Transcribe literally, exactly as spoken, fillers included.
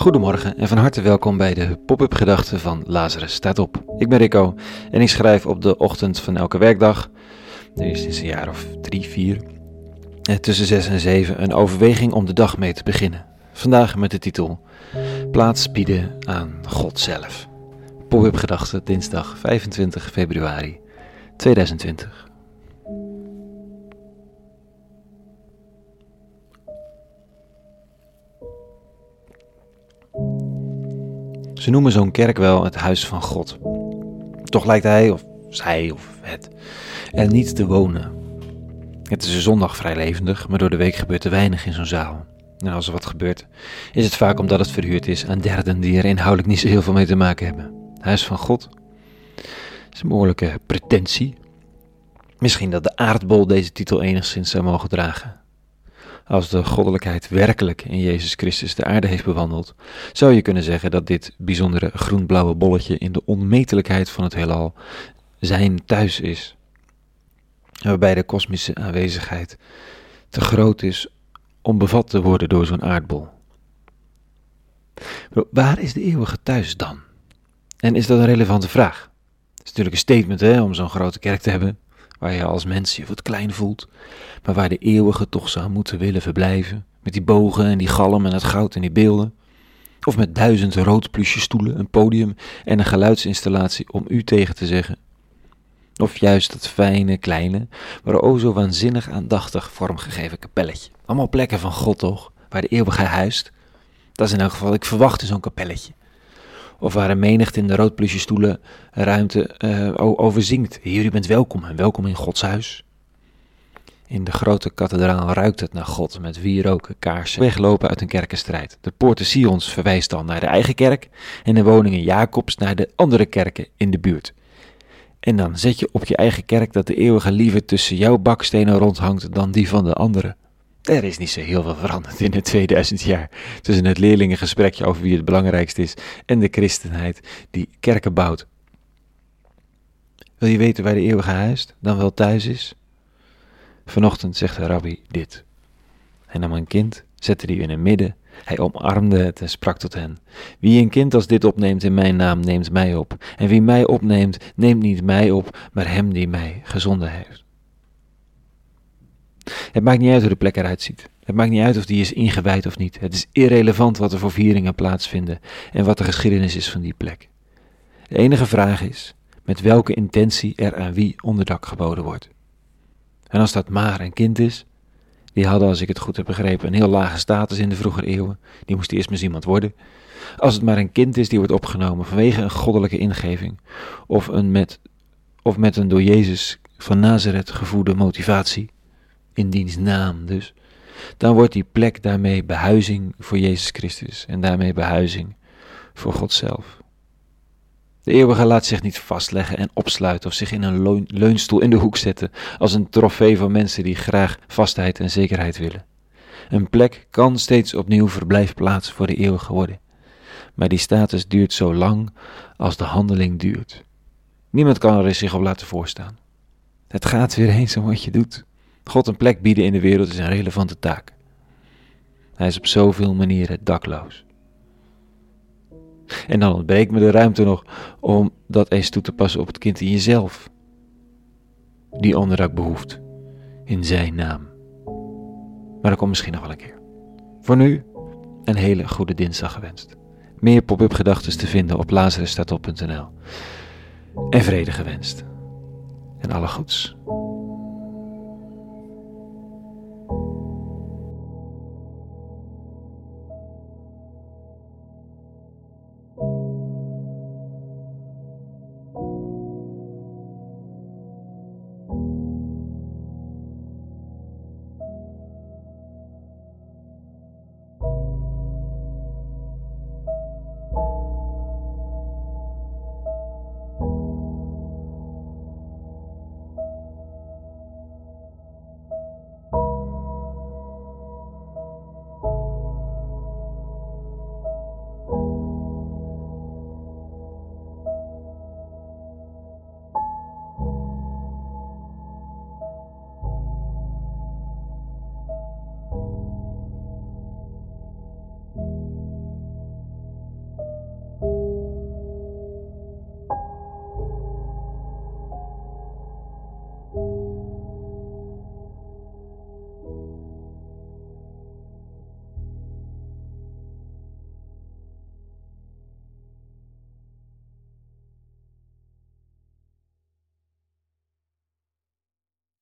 Goedemorgen en van harte welkom bij de pop-up gedachten van Lazarus staat op. Ik ben Rico en ik schrijf op de ochtend van elke werkdag, nu is sinds een jaar of drie, vier, tussen zes en zeven, een overweging om de dag mee te beginnen. Vandaag met de titel Plaats bieden aan God zelf. Pop-up gedachten dinsdag vijfentwintig februari tweeduizend twintig. Ze noemen zo'n kerk wel het huis van God. Toch lijkt hij, of zij, of het, er niet te wonen. Het is een zondag vrij levendig, maar door de week gebeurt er weinig in zo'n zaal. En als er wat gebeurt, is het vaak omdat het verhuurd is aan derden die er inhoudelijk niet zo heel veel mee te maken hebben. Huis van God is een behoorlijke pretentie. Misschien dat de aardbol deze titel enigszins zou mogen dragen. Als de goddelijkheid werkelijk in Jezus Christus de aarde heeft bewandeld, zou je kunnen zeggen dat dit bijzondere groen-blauwe bolletje in de onmetelijkheid van het heelal zijn thuis is. Waarbij de kosmische aanwezigheid te groot is om bevat te worden door zo'n aardbol. Maar waar is de eeuwige thuis dan? En is dat een relevante vraag? Het is natuurlijk een statement hè, om zo'n grote kerk te hebben, waar je als mens je wat klein voelt, maar waar de eeuwige toch zou moeten willen verblijven, met die bogen en die galm en het goud en die beelden. Of met duizend roodplusje stoelen, een podium en een geluidsinstallatie om u tegen te zeggen. Of juist dat fijne, kleine, maar o zo waanzinnig aandachtig vormgegeven kapelletje. Allemaal plekken van God toch, waar de eeuwige huist. Dat is in elk geval, ik verwacht zo'n kapelletje. Of waar een menigte in de roodplusje stoelen ruimte uh, over zingt. Heer, u bent welkom en welkom in Gods huis. In de grote kathedraal ruikt het naar God met wieroken, kaarsen, weglopen uit een kerkenstrijd. De poorten Sions verwijst dan naar de eigen kerk en de woningen Jacobs naar de andere kerken in de buurt. En dan zet je op je eigen kerk dat de eeuwige liever tussen jouw bakstenen rondhangt dan die van de anderen. Er is niet zo heel veel veranderd in de tweeduizend jaar tussen het leerlingengesprekje over wie het belangrijkste is en de christenheid die kerken bouwt. Wil je weten waar de eeuwige huist, dan wel thuis is? Vanochtend zegt de rabbi dit. Hij nam een kind, zette die in het midden, hij omarmde het en sprak tot hen. Wie een kind als dit opneemt in mijn naam, neemt mij op. En wie mij opneemt, neemt niet mij op, maar hem die mij gezonden heeft. Het maakt niet uit hoe de plek eruit ziet. Het maakt niet uit of die is ingewijd of niet. Het is irrelevant wat er voor vieringen plaatsvinden en wat de geschiedenis is van die plek. De enige vraag is, met welke intentie er aan wie onderdak geboden wordt. En als dat maar een kind is, die hadden, als ik het goed heb begrepen, een heel lage status in de vroegere eeuwen. Die moest eerst maar eens iemand worden. Als het maar een kind is die wordt opgenomen vanwege een goddelijke ingeving, of, een met, of met een door Jezus van Nazareth gevoede motivatie, in diens naam dus, dan wordt die plek daarmee behuizing voor Jezus Christus en daarmee behuizing voor God zelf. De eeuwige laat zich niet vastleggen en opsluiten of zich in een leunstoel in de hoek zetten als een trofee van mensen die graag vastheid en zekerheid willen. Een plek kan steeds opnieuw verblijfplaats voor de eeuwige worden, maar die status duurt zo lang als de handeling duurt. Niemand kan er zich op laten voorstaan. Het gaat weer eens om wat je doet. God een plek bieden in de wereld is een relevante taak. Hij is op zoveel manieren dakloos. En dan ontbreekt me de ruimte nog om dat eens toe te passen op het kind in jezelf, die onderdak behoeft, in zijn naam. Maar dat komt misschien nog wel een keer. Voor nu, een hele goede dinsdag gewenst. Meer pop-up gedachten te vinden op lazarus staat op punt n l. En vrede gewenst. En alle goeds.